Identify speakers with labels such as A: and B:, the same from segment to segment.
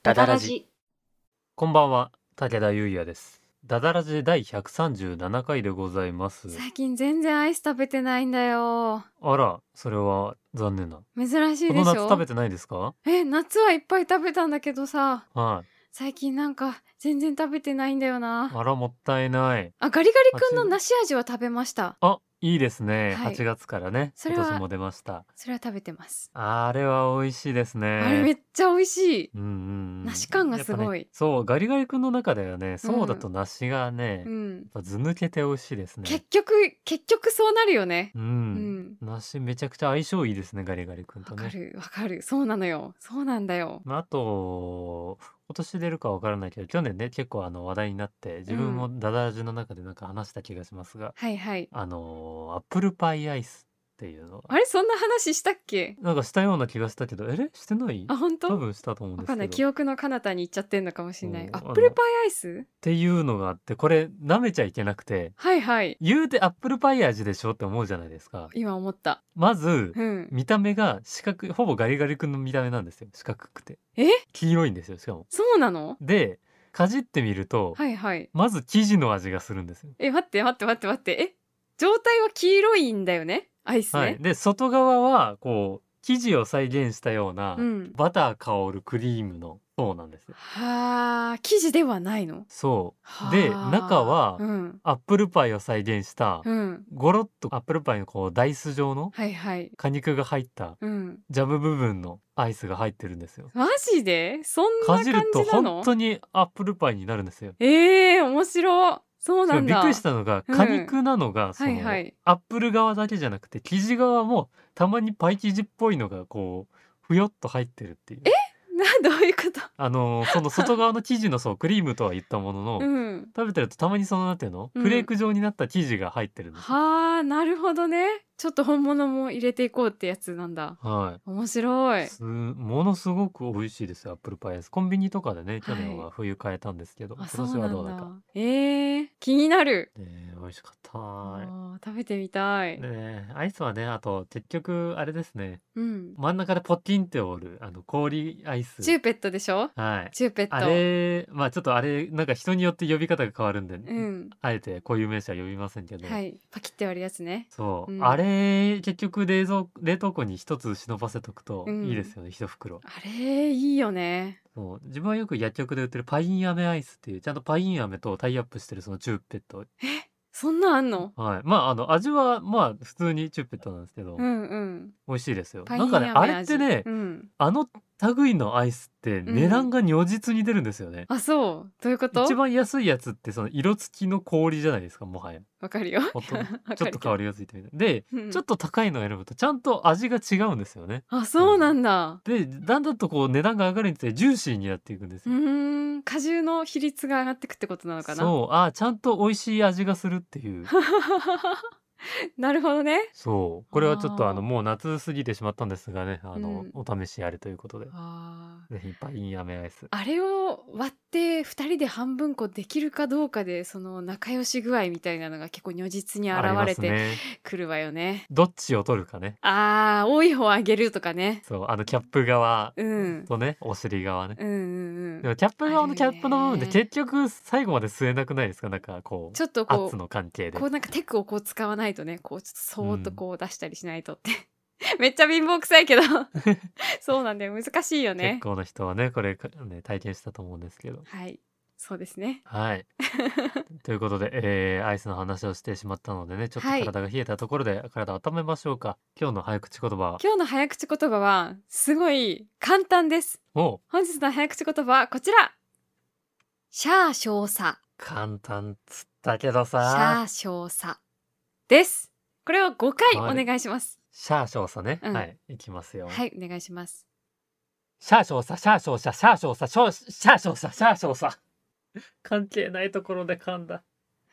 A: ダダラジ。
B: こんばんは、武田優也です。ダダラジ第137回でございます。
A: 最近全然アイス食べてないんだよ。
B: あら、それは残念な。
A: 珍しい
B: この
A: でしょ。
B: 夏食べてないですか？
A: 夏はいっぱい食べたんだけどさ、
B: はい。
A: 最近なんか全然食べてないんだよな。
B: あら、もったいない。
A: ガリガリ君の梨味は食べました。
B: あ、いいですね。
A: はい
B: 8月からね、
A: それは
B: 今年も出ました。
A: それは食べてます。
B: あれは美味しいですね。
A: あれめっちゃ美味しい。
B: うんうんうん。
A: 梨感がすごい。
B: やっぱね、そう、ガリガリ君の中ではね、そうだと梨がね、やっぱず抜けて美味しいですね。
A: 結局そうなるよね。
B: 梨めちゃくちゃ相性いいですね、ガリガリ君とね。
A: わかる。そうなのよ。そうなんだよ。
B: あと、今年出るかわからないけど、去年ね、結構話題になって、自分もダダラジの中でなんか話した気がしますが、
A: はいはい。
B: アップルパイアイスっていうのが、
A: あれそんな話したっけ？
B: なんかしたような気がしたけど、してない？
A: 本当？
B: 多分したと思うんですけど。
A: わかんない。記憶の彼方に行っちゃってんのかもしれない。
B: そう
A: アップルパイアイス？
B: っていうのがあって、これ舐めちゃいけなくて、
A: はいはい。
B: 言うてアップルパイ味でしょって思うじゃないですか。
A: 今思った。
B: まず、見た目が四角い、ほぼガリガリ君の見た目なんですよ。四角くて。黄色いんですよ、しかも。
A: そうなの？
B: で、かじってみると、
A: はいはい。
B: まず生地の味がするんですよ。
A: 待って。状態は黄色いんだよね？アイスね。
B: で、外側は、こう、生地を再現したような、バター香るクリームの層なんですよ。
A: 生地ではないの？
B: そう。で、中は、アップルパイを再現した、ゴロッとアップルパイのこうダイス状の果肉が入った、ジャム部分のアイスが入ってるんですよ。
A: マジで？そんな
B: か
A: 感じなの？
B: じると本当にアップルパイになるんですよ。
A: 面白い。そうなんだ。
B: びっくりしたのが、果肉なのが、その、アップル側だけじゃなくて、生地側もたまにパイ生地っぽいのがこう、ふよっと入ってるっていう。
A: どういうこと？
B: その外側の生地のそう、クリームとは言ったものの、食べてるとたまにそのなんていうの、フレーク状になった生地が入ってるんですよ。
A: なるほどね。ちょっと本物も入れていこうってやつなんだ。
B: はい。
A: 面白い。
B: ものすごく美味しいですよ、アップルパイアイス。コンビニとかでね、去年は冬買えたんですけど、今年はどうだか。
A: 気になる。
B: 美味しかった。
A: 食べてみたい。
B: アイスはね、あと結局あれですね。
A: 真
B: ん中でポッキンって折る氷アイス。
A: チューペットでしょ？
B: はい。
A: チューペット。
B: あれ、まあちょっとあれ、なんか人によって呼び方が変わるんで、あえてこういう名詞は呼びませんけど。
A: はい。パキって割るやつね。
B: そう。あれ、結局冷凍庫に一つ忍ばせとくといいですよね、一袋。
A: あれ、いいよね。
B: そう。自分はよく薬局で売ってるパイン飴アイスっていう、ちゃんとパイン飴とタイアップしてるそのチューペット。
A: そんなんあんの？
B: はい。まあ、味は、まあ、普通にチューペットなんですけど、美味しいですよ。なんかね、あれってね、類のアイスって値段が如実に出るんですよね。
A: そう。どういうこと？
B: 一番安いやつってその色付きの氷じゃないですか、もはや。
A: わかるよ。
B: ちょっと香りがついてみたいで、ちょっと高いのを選ぶとちゃんと味が違うんですよね。
A: そうなんだ。
B: で、だんだんとこう値段が上がるにつれジューシーになっていくんですよ。
A: 果汁の比率が上がってくってことなのかな？
B: そう、ちゃんと美味しい味がするっていう。
A: なるほどね。
B: そう。これはちょっともう夏過ぎてしまったんですがね、お試しあれということで。ぜひパイン飴アイス。
A: あれを割って2人で半分こできるかどうかで、その仲良し具合みたいなのが結構如実に現れてくるわよね。
B: どっちを取るかね。
A: 多い方あげるとかね。
B: そう、キャップ側とね、お尻側ね。でもキャップ側のキャップの部分で結局最後まで吸えなくないですか？なんかこう、
A: ちょっとこう、
B: 圧の関係で。
A: こうなんかテクをこう使わないとね、こうちょっとそーっとこう出したりしないとって。めっちゃ貧乏くさいけどそうなんだよ、難しいよね。
B: 結構な人はね、これね、体験したと思うんですけど。
A: はい、そうですね。
B: はい。ということで、アイスの話をしてしまったのでね、ちょっと体が冷えたところで体を温めましょうか。今日の早口言葉は？
A: 今日の早口言葉はすごい簡単です。本日の早口言葉はこちら。シャー少佐。
B: 簡単つったけどさ。
A: シャー少佐です。これを5回お願いします。
B: シャー少佐ね。はい、いきますよ。
A: はい、お願いします。
B: シャー少佐、シャー少佐、シャー少佐、シャー少佐、シャー少佐。関係ないところで噛んだ。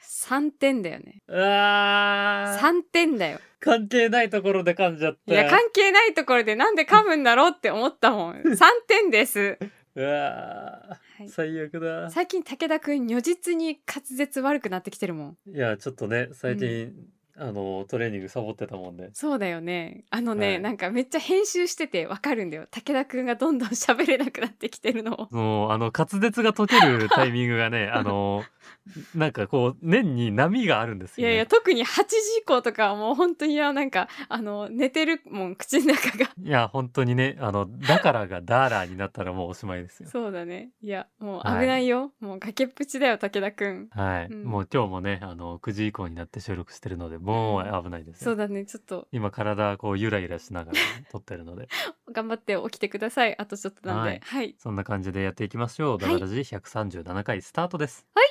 A: 3点だよね。3点だよ。
B: 関係ないところで噛んじゃった。
A: いや、関係ないところでなんで噛むんだろうって思ったもん。3点です。
B: 最悪だ。
A: 最近武田くん如実に滑舌悪くなってきてるもん。
B: いや、ちょっとね、最近、 トレーニングサボってたもんね。
A: そうだよね。なんかめっちゃ編集しててわかるんだよ。武田くんがどんどん喋れなくなってきてるのを。
B: もう滑舌が解けるタイミングがねなんかこう年に波があるんですよね。
A: いやいや、特に8時以降とかはもう本当になんか寝てるもん、口の中が。
B: いや本当にねだからがダーラーになったらもうおしまいですよ。
A: そうだね。いやもう危ないよ。もう崖っぷちだよ武田くん。
B: はい、もう今日もね9時以降になって収録してるのでもう危ないですよ。
A: そうだね。ちょっと
B: 今体こうゆらゆらしながら撮ってるので
A: 頑張って起きてください。あとちょっとなんで。はい。
B: そんな感じでやっていきましょう。ダダラジ137回スタートです。
A: はい。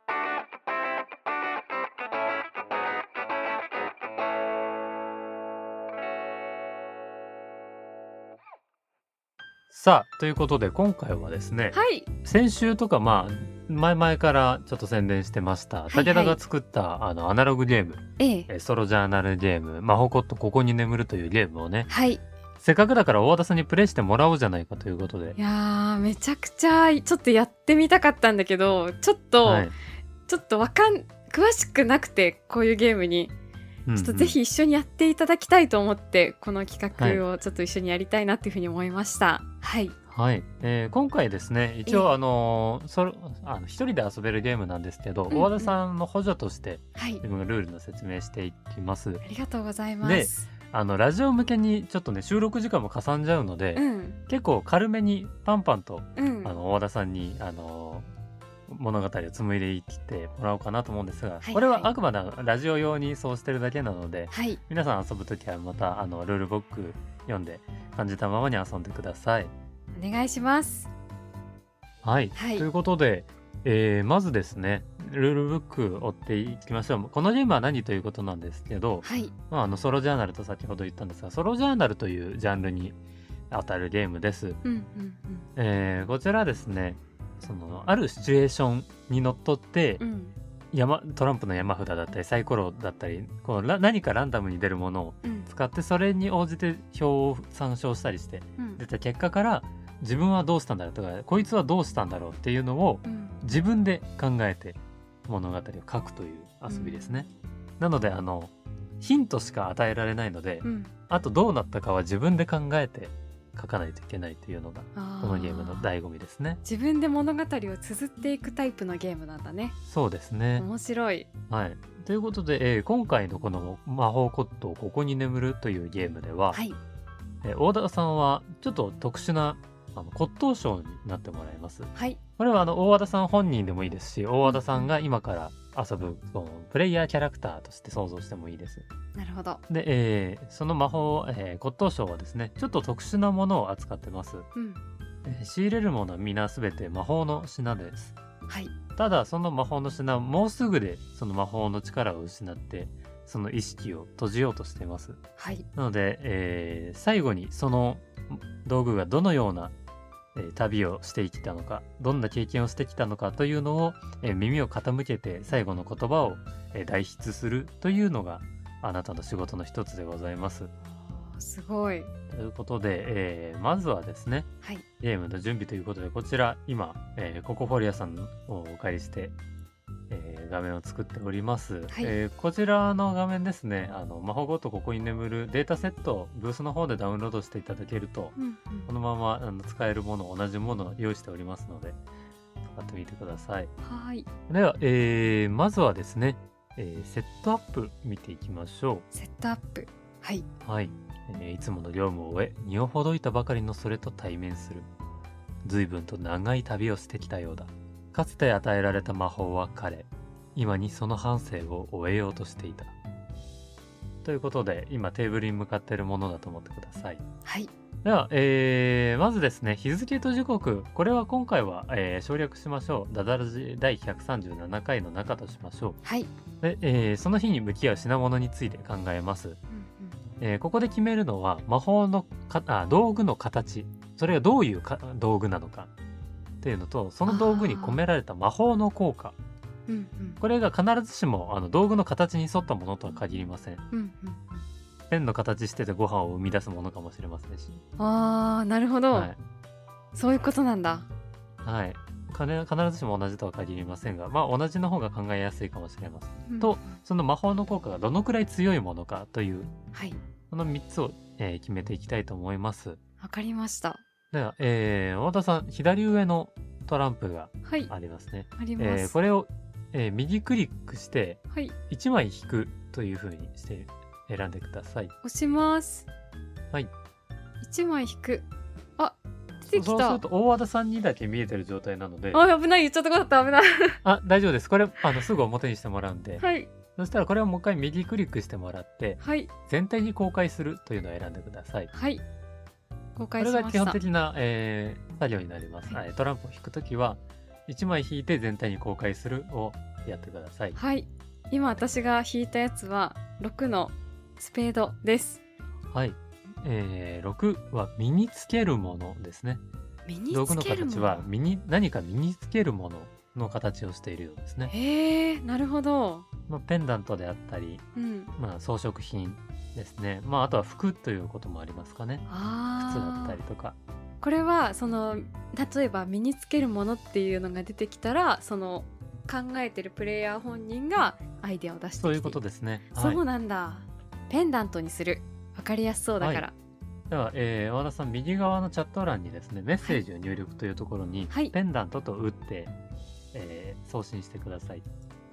B: さあということで今回はですね、
A: はい、
B: 先週とか前々からちょっと宣伝してました、武田が作ったアナログゲーム、ソロジャーナルゲームマホコットここに眠るというゲームをね、せっかくだから大和田さんにプレイしてもらおうじゃないかということで。
A: いやーめちゃくちゃちょっとやってみたかったんだけどちょっと詳しくなくてこういうゲームにちょっとぜひ一緒にやっていただきたいと思ってこの企画をちょっと一緒にやりたいなっていうふうに思いました。
B: 今回ですね一応一人で遊べるゲームなんですけど、大和田さんの補助として自分がルールの説明していきます。
A: ありがとうございます。
B: でラジオ向けにちょっとね収録時間もかさんじゃうので、結構軽めにパンパンと、大和田さんに物語を紡いでいってもらおうかなと思うんですが、これはあくまでラジオ用にそうしてるだけなので、皆さん遊ぶときはまたルールブック読んで感じたままに遊んでください。
A: お願いします。
B: ということで、まずですねルールブック追っていきましょう。このゲームは何ということなんですけど、ソロジャーナルと先ほど言ったんですが、ソロジャーナルというジャンルに当たるゲームです。こちらですねあるシチュエーションにのっとって、トランプの山札だったりサイコロだったり何かランダムに出るものを使ってそれに応じて票を参照したりして、出た結果から自分はどうしたんだろうとかこいつはどうしたんだろうっていうのを自分で考えて物語を書くという遊びですね。なのでヒントしか与えられないので、あとどうなったかは自分で考えて書かないといけないというのがこのゲームの醍醐味ですね。
A: 自分で物語を綴っていくタイプのゲームなんだね。
B: そうですね。
A: 面白い。
B: ということで、今回のこの魔法コットここに眠るというゲームでは、大田さんはちょっと特殊な骨董賞になってもらいます。これは大和田さん本人でもいいですし、大和田さんが今から遊ぶプレイヤーキャラクターとして想像してもいいです。
A: なるほど。
B: で、その魔法、骨董賞はですねちょっと特殊なものを扱ってます。仕入れるものは皆すべて魔法の品です。ただその魔法の品はもうすぐでその魔法の力を失ってその意識を閉じようとしています。なので、最後にその道具がどのような旅をしてきたのかどんな経験をしてきたのかというのを、耳を傾けて最後の言葉を、代筆するというのがあなたの仕事の一つでございます。
A: すごい。
B: ということで、まずはですね、ゲームの準備ということでこちら今、ココフォリアさんをお借りして、画面を作っております。こちらの画面ですね魔法ごとここに眠るデータセットブースの方でダウンロードしていただけると、このまま使えるもの同じものを用意しておりますので使ってみてください。では、まずはですね、セットアップ見ていきましょう。
A: セットアップ。
B: いつもの業務を終え身をほどいたばかりのそれと対面する。随分と長い旅をしてきたようだ。かつて与えられた魔法は彼今にその半生を終えようとしていたということで今テーブルに向かっているものだと思ってください。では、まずですね日付と時刻これは今回は、省略しましょう。ダダラジ第137回の中としましょう。で、その日に向き合う品物について考えます。ここで決めるのは魔法の道具の形それがどういう道具なのかっていうのとその道具に込められた魔法の効果、これが必ずしも道具の形に沿ったものとは限りません。ペンの形しててご飯を生み出すものかもしれませんし。
A: なるほど、そういうことなんだ。
B: 必ずしも同じとは限りませんが、まあ同じの方が考えやすいかもしれません、とその魔法の効果がどのくらい強いものかという、この3つを、決めていきたいと思います。
A: わかりました。
B: では、太田さん左上のトランプがありますね。
A: あります。
B: これを、右クリックして1枚引くという風にして選んでください。
A: 押します。
B: はい。
A: 1枚引く。あ、出てきた。
B: そうすると大和田さんにだけ見えてる状態なので。
A: あ、危ない、言っちゃったことだった。危ない。
B: あ、大丈夫です。これすぐ表にしてもらうんで。
A: はい。
B: そしたらこれをもう一回右クリックしてもらって、
A: はい、
B: 全体に公開するというのを選んでください。
A: はい。公開しました。
B: これが基本的な、作業になります。はい、トランプを引くときは1枚引いて全体に公開するをやってください。
A: はい。今私が引いたやつは6のスペードです。
B: はい。6は身につけるものですね。道具の形は何か身につけるものの形をしているようですね。
A: へえ、なるほど。
B: ペンダントであったり、装飾品ですね。あとは服ということもありますかね。靴だったりとか。
A: これは例えば身につけるものっていうのが出てきたら、考えてるプレイヤー本人がアイデアを出してきて、
B: そういうことですね。
A: そうなんだ。ペンダントにする。わかりやすそうだから。
B: では、和田さん右側のチャット欄にですね、メッセージを入力というところに、ペンダントと打って、送信してください。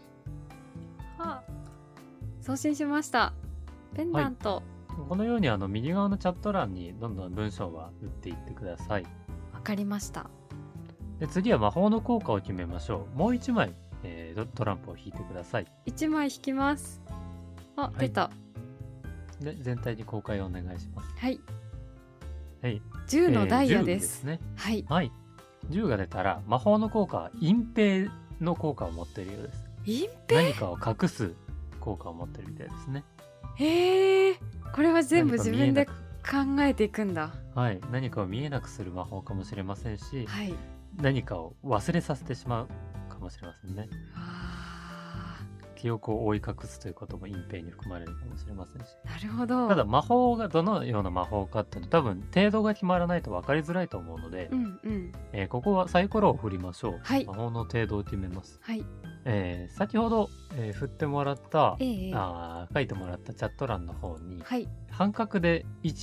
A: 送信しました。ペンダント、
B: このように右側のチャット欄にどんどん文章は打っていってください。
A: わかりました。
B: で次は魔法の効果を決めましょう。もう1枚、トランプを引いてください。
A: 1枚引きます。出た。
B: で全体に公開をお願いします。
A: はい。
B: はい、
A: 10のダイヤです。
B: ですね。
A: はい。
B: はい。10が出たら魔法の効果は隠蔽の効果を持っているようです。
A: 隠蔽？
B: 何かを隠す効果を持ってるみたいですね。
A: へえ、これは全部自分で考えていくんだ。
B: はい、何かを見えなくする魔法かもしれませんし、
A: はい、
B: 何かを忘れさせてしまうかもしれませんね。記憶を覆い隠すということも隠蔽に含まれるかもしれませんし。
A: なるほど。
B: ただ魔法がどのような魔法かっていうのは多分程度が決まらないと分かりづらいと思うので、ここはサイコロを振りましょう。はい、魔法の程度を決めます。
A: はい。
B: 先ほど、振ってもらった、書いてもらったチャット欄の方に、はい、半角で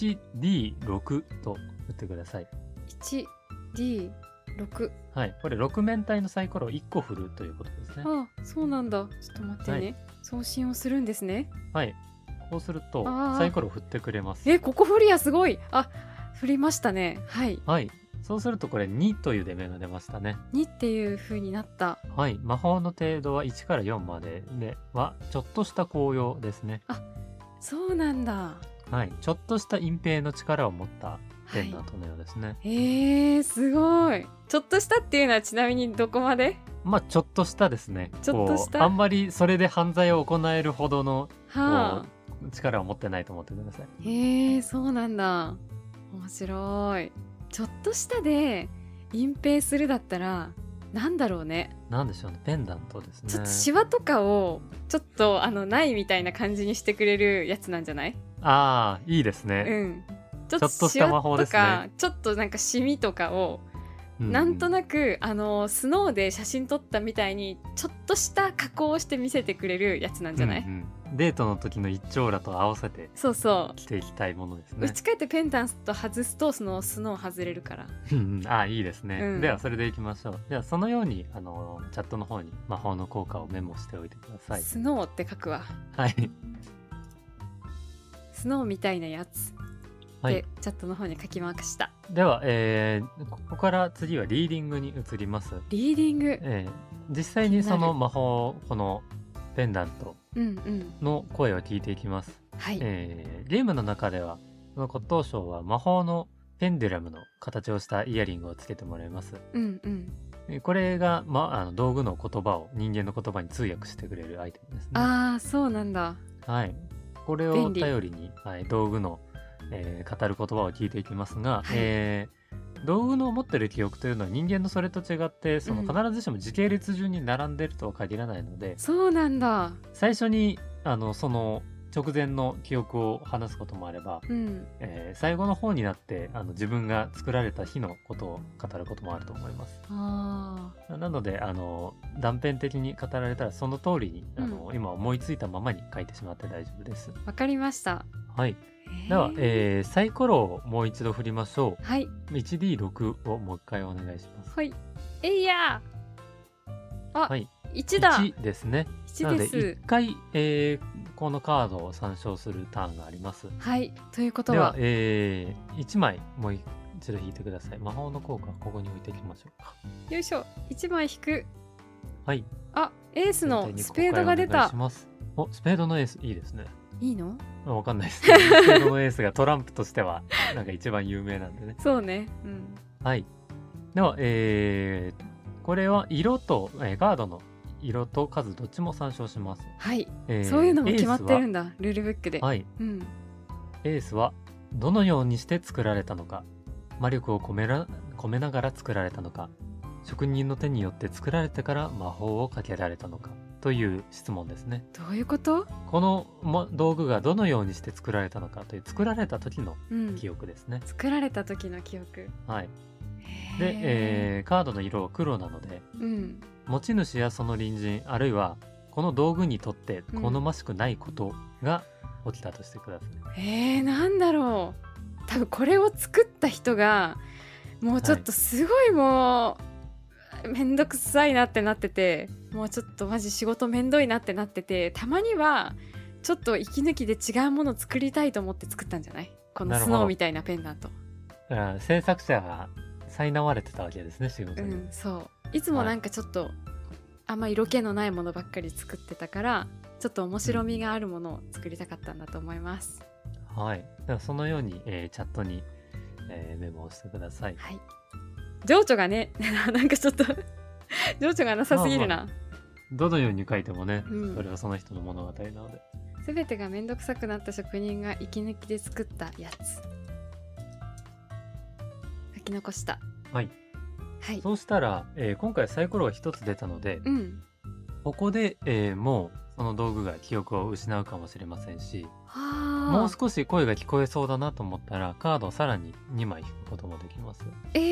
B: 1D6 と打ってください。
A: 1D6。
B: はい、これ6面体のサイコロを1個振るということですね。
A: ああ、そうなんだ。ちょっと待ってね。はい、送信をするんですね。
B: はい。こうするとサイコロを振ってくれます。
A: ここ振りやすごい。振りましたね。はい。
B: はい。そうするとこれ2という出目が出ましたね。
A: 2っていう風になった。
B: はい。魔法の程度は1から4までではちょっとした効用ですね。
A: そうなんだ。
B: はい。ちょっとした隠蔽の力を持ったペンダントのようですね。
A: すごい。ちょっとしたっていうのはちなみにどこまで？
B: ちょっとしたですね。
A: ちょっとした。
B: あんまりそれで犯罪を行えるほどの力を持ってないと思ってくださ
A: い。そうなんだ。面白い。ちょっとしたで隠蔽するだったらなんだろうね。
B: なんでしょうね。ペンダントですね。
A: ちょっとシワとかをちょっとないみたいな感じにしてくれるやつなんじゃない？
B: いいですね。ちょっとした魔法ですね。
A: ちょっとなんかシミとかを、なんとなくスノーで写真撮ったみたいにちょっとした加工をして見せてくれるやつなんじゃない？
B: デートの時の一張羅と合わせて着ていきたいものですね。
A: 打ち替えてペンダント外すとそのスノー外れるから
B: いいですね、ではそれでいきましょう。ではそのようにチャットの方に魔法の効果をメモしておいてください。
A: スノーって書くわ。
B: はい
A: スノーみたいなやつで、チャットの方に書きました。
B: では、ここから次はリーディングに移ります。
A: リーディング、
B: 実際にその魔法このペンダントの声を聞いていきます。ゲームの中ではこの骨董賞は魔法のペンデュラムの形をしたイヤリングをつけてもらいます。これが、道具の言葉を人間の言葉に通訳してくれるアイテムですね。
A: そうなんだ。
B: はい、これを頼りに、道具の、語る言葉を聞いていきますが、道具の持ってる記憶というのは人間のそれと違って必ずしも時系列順に並んでるとは限らないので、
A: そうなんだ。
B: 最初にその直前の記憶を話すこともあれば、最後の方になって自分が作られた日のことを語ることもあると思います。 なので断片的に語られたらその通りに今思いついたままに書いてしまって大丈夫です。
A: わかりました。
B: はい。では、サイコロをもう一度振りましょう。
A: はい。
B: 1D6 をもう一回お願いします。
A: はい。えいやー。
B: はい。
A: 1だ。
B: 1ですね。
A: 1です。
B: 1回、このカードを参照するターンがあります。
A: はい。ということは。
B: では、1枚もう一度引いてください。魔法の効果はここに置いていきましょうか。
A: よいしょ。1枚引く。
B: はい。
A: あ、エースのスペードが出た。
B: お、スペードのエースいいですね。
A: いいの？
B: わかんないですね。スペードのエースがトランプとしてはなんか一番有名なんでね。
A: そうね。うん。
B: はい。では、これは色と、カードの色と数どっちも参照します。
A: はい。そういうのも決まってるんだ。ルールブックで。
B: はい。
A: うん。
B: エースはどのようにして作られたのか、魔力を込めながら作られたのか、職人の手によって作られてから魔法をかけられたのかという質問ですね。
A: どういうこと？
B: この道具がどのようにして作られたのかという作られた時の記憶ですね。
A: 作られた時の記憶。
B: はい。で、カードの色は黒なので、持ち主やその隣人あるいはこの道具にとって好ましくないことが起きたとしてください。
A: なんだろう。多分これを作った人がもうちょっとすごいもうめんどくさいなってなってて、もうちょっとマジ仕事めんどいなってなってて、たまにはちょっと息抜きで違うものを作りたいと思って作ったんじゃない？このスノーみたいなペンダント。
B: 制作者が苛まれてたわけですね、仕事に。
A: そう。いつもなんかちょっと、あんま色気のないものばっかり作ってたから、ちょっと面白みがあるものを作りたかったんだと思います。
B: はい。ではそのように、チャットに、メモをしてください。
A: はい。情緒がね、なんかちょっと情緒がなさすぎるな。
B: どのように書いてもね、それはその人の物語なので。
A: 全てがめんどくさくなった職人が息抜きで作ったやつ。書き残した。
B: はい。はい、そうしたら、今回サイコロが1つ出たので、ここで、もうその道具が記憶を失うかもしれませんし、もう少し声が聞こえそうだなと思ったらカードをさらに2枚引くこともできます。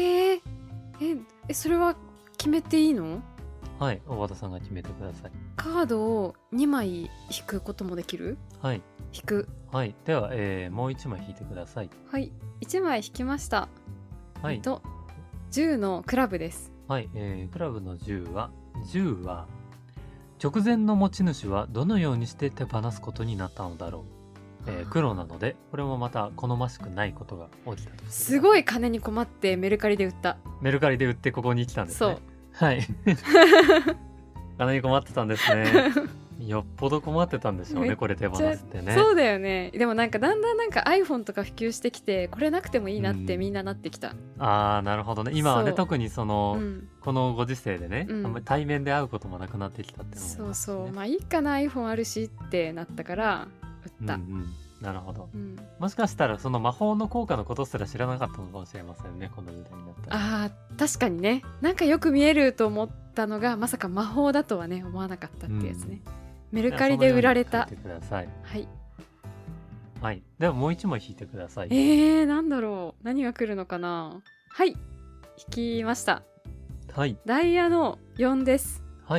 A: それは決めていいの？
B: はい、大和田さんが決めてください。
A: カードを2枚引くこともできる？
B: はい。
A: 引く。
B: はい。では、もう1枚引いてください。
A: はい。1枚引きました。
B: はい。
A: 10のクラブです。
B: はい。クラブの10は直前の持ち主はどのようにして手放すことになったのだろう。黒なのでこれもまた好ましくないことが起きたと。
A: すごい金に困ってメルカリで売った。
B: メルカリで売ってここに来たんですね。
A: そう。
B: はい金に困ってたんですね。よっぽど困ってたんでしょうね、これ手放すってね。
A: そうだよね。でもなんかだんだんなんか iPhone とか普及してきて、これなくてもいいなってみんななってきた。
B: ああ、なるほどね。今はね、特にその、このご時世でね、あんまり対面で会うこともなくなってきたっていうのも、ね、
A: そうそう。まあいいかな、 iPhone あるしってなったから売った。
B: なるほど、もしかしたらその魔法の効果のことすら知らなかったのかもしれませんね、この時代になったら。
A: あー、確かにね。なんかよく見えると思ったのがまさか魔法だとはね思わなかったってやつね。メルカリで売られた。
B: 書いてください。
A: はい。
B: はい。ではもう1枚引いてください。
A: なんだろう。何が来るのかな。はい。引きました。
B: はい。
A: ダイヤの4です。
B: はい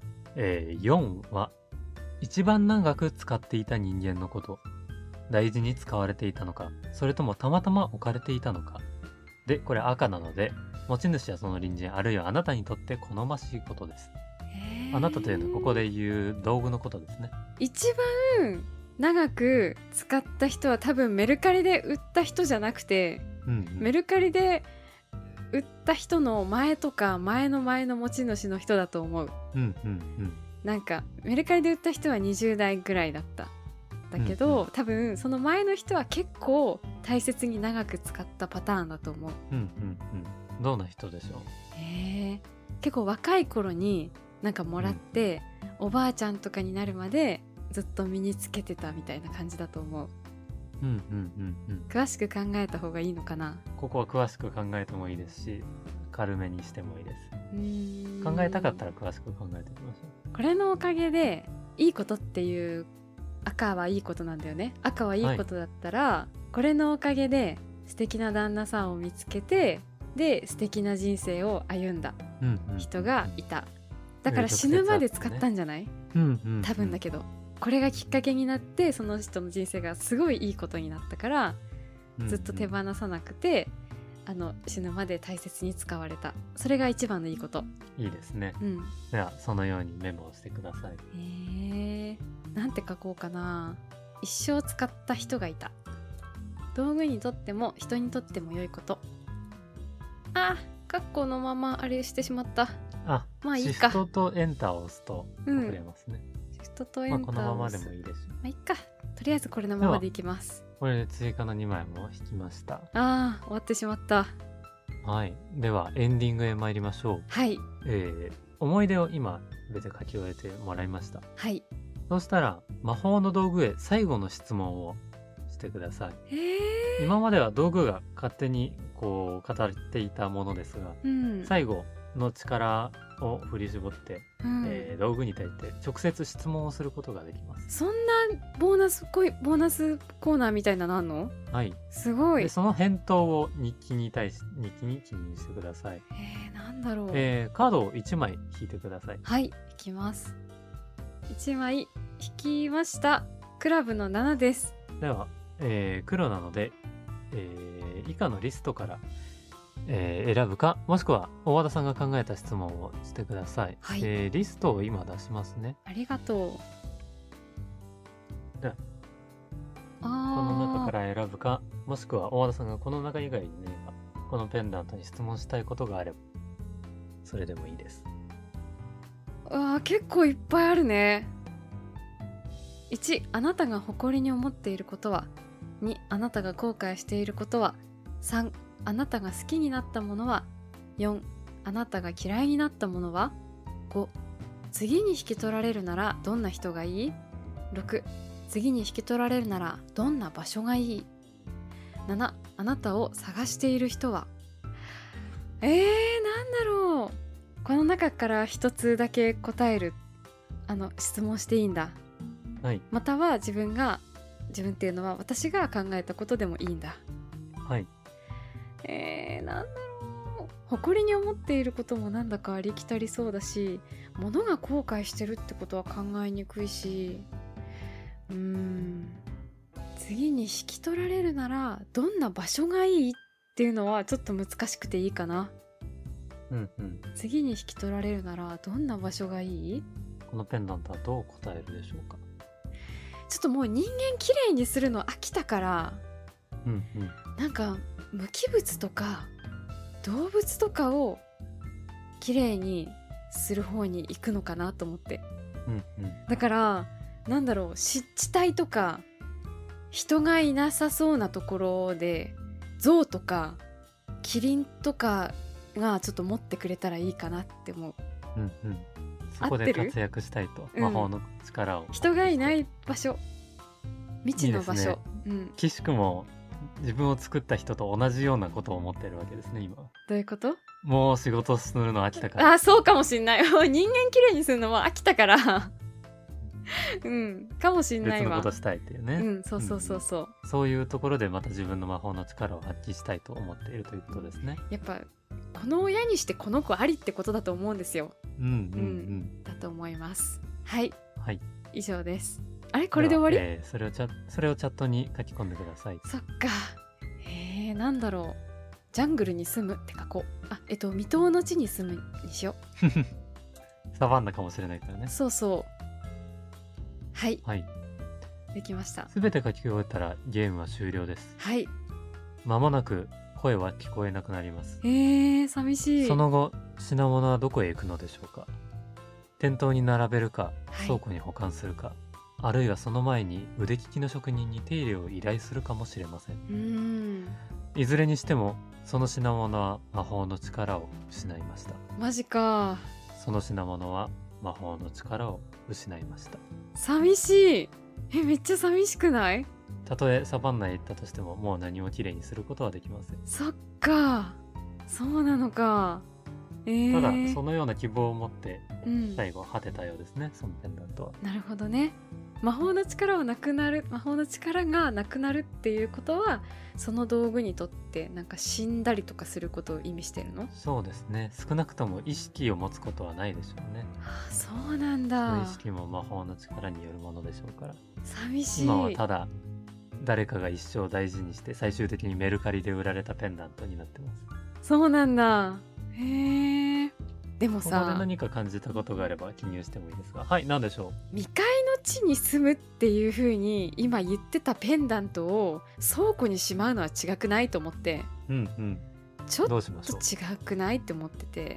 B: 。4は一番長く使っていた人間のこと。大事に使われていたのか、それともたまたま置かれていたのか。で、これ赤なので、持ち主やその隣人、あるいはあなたにとって好ましいことです。あなたというのはここで言う道具のことですね。
A: 一番長く使った人は多分メルカリで売った人じゃなくて、メルカリで売った人の前とか前の前の持ち主の人だと思う。なんかメルカリで売った人は20代ぐらいだっただけど、多分その前の人は結構大切に長く使ったパターンだと思う。
B: どんな人でしょう？
A: 結構若い頃になんかもらって、おばあちゃんとかになるまでずっと身につけてたみたいな感じだと思う。詳しく考えた方がいいのかな。
B: ここは詳しく考えてもいいですし、軽めにしてもいいです。考えたかったら詳しく考えていきましょう。
A: これのおかげでいいことっていう、赤はいいことなんだよね。赤はいいことだったら、これのおかげで素敵な旦那さんを見つけて、で素敵な人生を歩んだ。 人がいた。だから死ぬまで使ったんじゃない？多分だけど、これがきっかけになってその人の人生がすごいいいことになったから、ずっと手放さなくて、死ぬまで大切に使われた。それが一番のいいこと。
B: いいですね。ではそのようにメモをしてください。
A: なんて書こうかな。一生使った人がいた。道具にとっても人にとっても良いこと。カッコのままあれしてしまった。まあいいか。
B: シフトとエンターを押すと送れますね。
A: シフトとエンターを押す。
B: このままでもいいです。
A: まあいいか。とりあえずこれのままでいきます。
B: これで追加の2枚も引きました。
A: 終わってしまった。
B: はい。ではエンディングへ参りましょう。
A: はい。
B: 思い出を今別で書き終えてもらいました。
A: はい。
B: そうしたら魔法の道具へ最後の質問をしてください。今までは道具が勝手にこう語っていたものですが、最後の力を振り絞って、道具に対して直接質問をすることができます。
A: そんなボーナスコーナーみたいなのあんの？
B: はい。
A: すごい。
B: でその返答を日記に記入してください。
A: なんだろう。
B: カードを1枚引いてください。
A: はい、引きます。1枚引きました。クラブの7です。
B: では、黒なので、以下のリストから、選ぶか、もしくは大和田さんが考えた質問をしてください。
A: はい。
B: リストを今出しますね。
A: ありがとう。
B: ではこの中から選ぶか、もしくは大和田さんがこの中以外に何かこのペンダントに質問したいことがあればそれでもいいです。
A: 結構いっぱいあるね。1、あなたが誇りに思っていることは。2、あなたが後悔していることは。3、あなたが好きになったものは。4、あなたが嫌いになったものは。5、次に引き取られるならどんな人がいい？ 6、次に引き取られるならどんな場所がいい？ 7、あなたを探している人は。なんだろう。この中から一つだけ答える質問していいんだ。
B: はい。
A: または自分っていうのは私が考えたことでもいいんだ。
B: はい。
A: なんだろう。誇りに思っていることもなんだかありきたりそうだし、物が後悔してるってことは考えにくいし、次に引き取られるならどんな場所がいいっていうのはちょっと難しくていいかな。次に引き取られるならどんな場所がいい？
B: このペンダントはどう答えるでしょうか。
A: ちょっともう人間きれいにするの飽きたから、なんか無機物とか動物とかをきれいにする方に行くのかなと思って、だからなんだろう、湿地帯とか人がいなさそうなところで象とかキリンとかがちょっと持ってくれたらいいかなって思う。
B: そこで活躍したいと、魔法の力を、
A: 人がいない場所、未知の場所。いいです
B: ね。岸くも自分を作った人と同じようなことを思ってるわけですね今。
A: どういうこと？
B: もう仕事するの飽きたから。
A: そうかもしんない。人間きれいにするのは飽きたからかもしんないわ。
B: 別のことしたいっていうね。そういうところでまた自分の魔法の力を発揮したいと思っているということですね。
A: やっぱこの親にしてこの子ありってことだと思うんですよ。だと思います。はい、以上です。あれ、これで終わり？
B: それをチャットに書き込んでください。
A: そっか。なんだろう。ジャングルに住むって書こう。未踏の地に住むにしよ
B: う。サバンナかもしれないからね。
A: そう。はい。できました。
B: すべて書き終えたらゲームは終了です。
A: はい。
B: まもなく声は聞こえなくなります。
A: 寂しい。
B: その後、品物はどこへ行くのでしょうか。店頭に並べるか、倉庫に保管するか、あるいはその前に腕利きの職人に手入れを依頼するかもしれません。いずれにしてもその品物は魔法の力を失いました。
A: マジか。
B: その品物は魔法の力を失いました。
A: 寂しい。めっちゃ寂しくない？
B: たとえサバンナへ行ったとしてももう何もきれいにすることはできません。
A: そっか、そうなのか。
B: ただそのような希望を持って最後果てたようですね、そのペンダントは。
A: なるほどね。 魔法の力がなくなるっていうことはその道具にとってなんか死んだりとかすることを意味してるの？
B: そうですね。少なくとも意識を持つことはないでしょうね。
A: そうなんだ。
B: その意識も魔法の力によるものでしょうから。
A: 寂しい。
B: 今はただ誰かが一生大事にして最終的にメルカリで売られたペンダントになってます。
A: そうなんだ。へえ。でもさ、
B: ここで何か感じたことがあれば記入してもいいですが。はい、何でしょ
A: う。未開の地に住むっていう風に今言ってたペンダントを倉庫にしまうのは違くないと思って、ちょっと違くないって思ってて、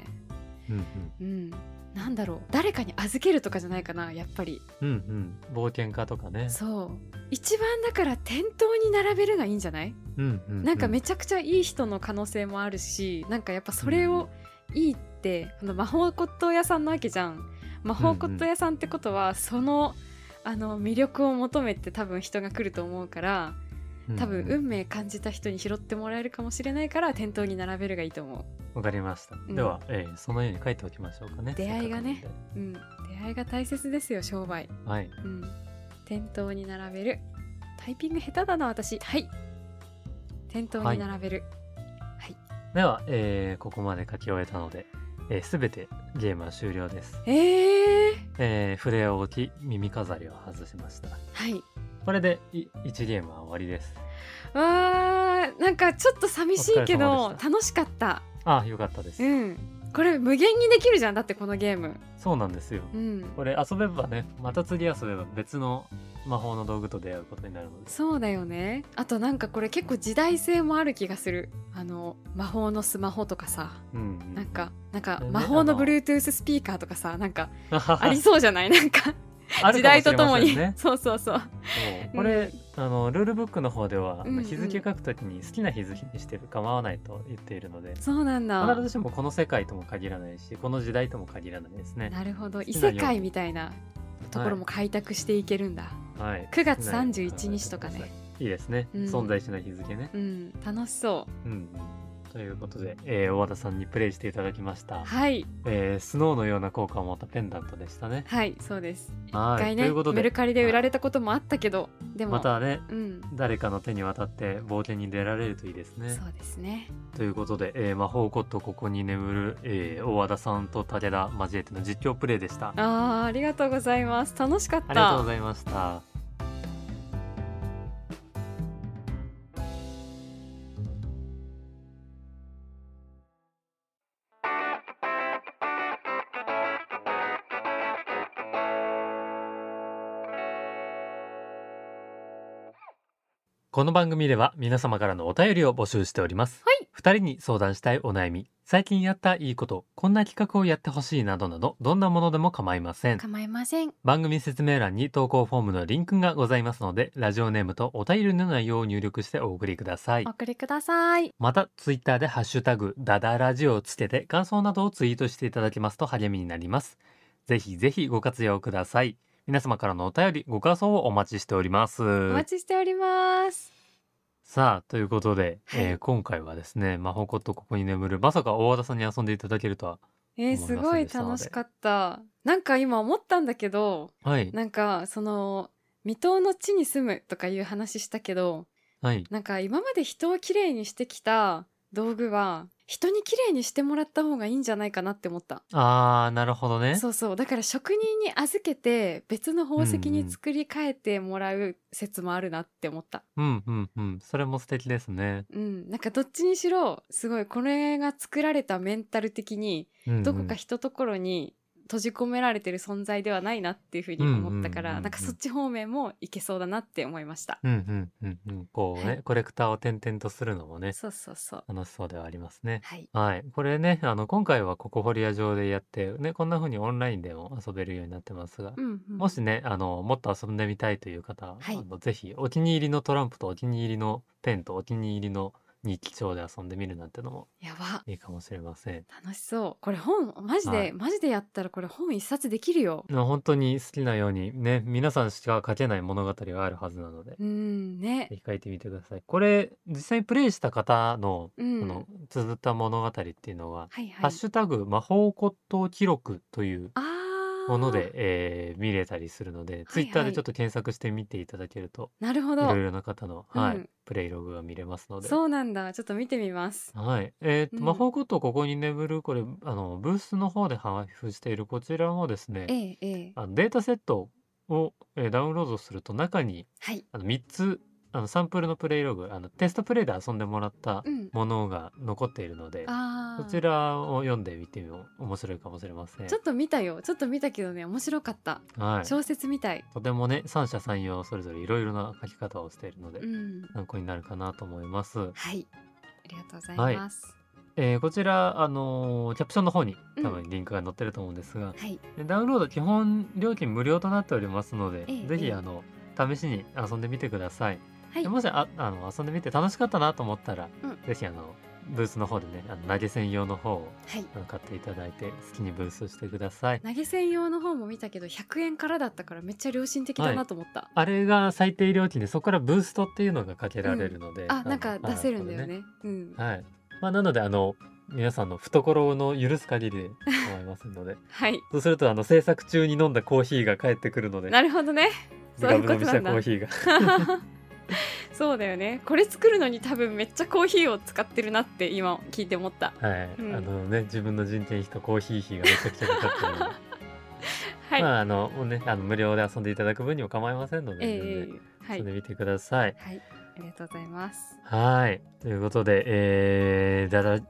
A: なんだろう、誰かに預けるとかじゃないかな、やっぱり。
B: 冒険家とかね。
A: そう、一番だから店頭に並べるがいいんじゃない？なんかめちゃくちゃいい人の可能性もあるし、なんかやっぱそれをいいって魔法骨董屋さんなわけじゃん。魔法骨董屋さんってことは、その魅力を求めて多分人が来ると思うから、多分運命感じた人に拾ってもらえるかもしれないから店頭に並べるがいいと思う。
B: わかりました。では、そのように書いておきましょうかね。
A: 出会いがね、出会いが大切ですよ、商売。
B: はい、
A: 店頭に並べる。タイピング下手だな私。はい、店頭に並べる。はい、
B: では、ここまで書き終えたので、すべてゲームは終了です。筆を置き耳飾りを外しました。
A: はい、
B: これで1ゲームは終わりです。
A: わー、なんかちょっと寂しいけど楽しかった。
B: あ、よかったです。
A: これ無限にできるじゃん。だってこのゲーム。
B: そうなんですよ、これ遊べばね、また次遊べば別の魔法の道具と出会うことになるので。
A: そうだよね。あとなんかこれ結構時代性もある気がする。魔法のスマホとかさ、なんか魔法の Bluetooth スピーカーとかさ、なんかありそうじゃない？なんか時代とともに。そうそうそう。
B: これ、ルールブックの方では、日付書くときに好きな日付にしてる構わないと言っているので。
A: そうなんだ。
B: 必ずしもこの世界とも限らないし、この時代とも限らないですね。
A: なるほど。異世界みたいなところも開拓していけるんだ。はい、9月31日とかね。
B: いいですね、存在しない日付ね。
A: 楽しそう。
B: ということで、大和田さんにプレイしていただきました。
A: はい、
B: スノーのような効果を持ったペンダントでしたね。
A: はい、そうです。一回ね、メルカリで売られたこともあったけど、でも
B: またね、誰かの手に渡って冒険に出られるといいですね。
A: そうですね。
B: ということで、魔法コットここに眠る、大和田さんと武田交えての実況プレイでした。
A: ありがとうございます。楽しかった。
B: ありがとうございました。この番組では皆様からのお便りを募集しております。
A: はい。
B: 2人に相談したいお悩み、最近やったいいこと、こんな企画をやってほしいなどなど、どんなものでも構いません。
A: 構いません。
B: 番組説明欄に投稿フォームのリンクがございますので、ラジオネームとお便りの内容を入力してお送りください。
A: お送りください。
B: また、ツイッターでハッシュタグ、ダダラジオをつけて感想などをツイートしていただけますと励みになります。ぜひぜひご活用ください。皆様からのお便り、ご感想をお待ちしております。
A: お待ちしております。
B: さあ、ということで、今回はですね、魔法コットここに眠る、まさか大和田さんに遊んでいただけるとは思いませんでしたので。
A: すごい楽しかった。なんか今思ったんだけど、なんかその未踏の地に住むとかいう話したけど、なんか今まで人をきれいにしてきた道具は人にきれいにしてもらった方がいいんじゃないかなって思った。
B: なるほどね。
A: そうそう。だから職人に預けて別の宝石に作り変えてもらう説もあるなって思った。
B: それも素敵ですね。
A: なんかどっちにしろすごいこれが作られたメンタル的にどこかひとところに閉じ込められてる存在ではないなっていうふうに思ったから、なんかそっち方面もいけそうだなって思いました。
B: こうね、コレクターを転々とするのもね、
A: そうそうそう、
B: 楽しそうではありますね。はい、これね、今回はココホリア上でやってね、こんな風にオンラインでも遊べるようになってますが、もしね、もっと遊んでみたいという方、ぜひお気に入りのトランプとお気に入りのペンとお気に入りの日記帳で遊んでみるなんてのもいいかもしれません。
A: 楽しそう。これ本マジでやったらこれ本一冊できるよ。
B: 本当に好きなようにね、皆さんしか書けない物語があるはずなので、
A: ね、
B: ぜひ書いてみてください。これ実際にプレイした方の、綴った物語っていうのは、ハッシュタグ魔法骨董記録というもので、見れたりするので、ツイッターでちょっと検索してみていただけると、
A: なるほ
B: いろい
A: ど。
B: ろな方の、プレイログが見れますので。
A: そうなんだ。ちょっと見てみます。
B: はい。魔法コットここに眠る、これ、ブースの方で配布しているこちらもですね、データセットを、ダウンロードすると中に、3つ、サンプルのプレイログ、テストプレイで遊んでもらったものが残っているので、こちらを読んでみても面白いかもしれません。
A: ちょっと見たよ。ちょっと見たけどね、面白かった。小説みたい。
B: とてもね、三者三様それぞれいろいろな書き方をしているので、参考になるかなと思います。
A: はい。ありがとうございます。
B: こちら、キャプションの方に多分リンクが載ってると思うんですが、ダウンロード基本料金無料となっておりますので、ぜひ試しに遊んでみてください。もし遊んでみて楽しかったなと思ったら、ぜひブースの方でね、投げ銭用の方を買っていただいて、好きにブースしてください。
A: 投げ銭用の方も見たけど100円からだったからめっちゃ良心的だなと思った。
B: あれが最低料金で、そこからブーストっていうのがかけられるので、
A: なんか出せるんだよね。
B: なので皆さんの懐の許す限りで思いますので、そうすると制作中に飲んだコーヒーが返ってくるので、
A: なるほどね。
B: そういうことなんだ。コーヒーが
A: そうだよね。これ作るのに多分めっちゃコーヒーを使ってるなって今聞いて思った。
B: 自分の人件費とコーヒー費がめちゃくちゃかかってる無料で遊んでいただく分にも構いませんので、遊んでみてください。
A: ありがとうございます。
B: ということで、だだ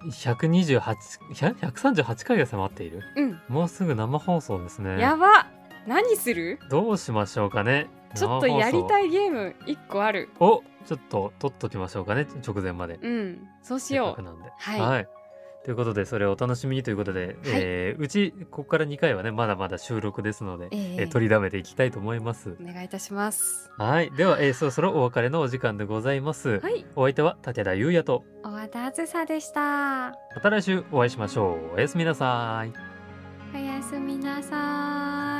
B: 138回が迫っている。もうすぐ生放送ですね。
A: やば。何する？
B: どうしましょうかね。
A: ちょっとやりたいゲーム1個ある。
B: ちょっと取っときましょうかね、直前まで。
A: そうしよう。
B: ということで、それをお楽しみにということで、うちここから2回はね、まだまだ収録ですので、取りだめていきたいと思います。
A: お願いいたします。
B: では、そろそろお別れのお時間でございます。お相手は武田優也と
A: 小和田あずさでした。
B: また来週お会いしましょう。おやすみなさい。
A: おやすみなさい。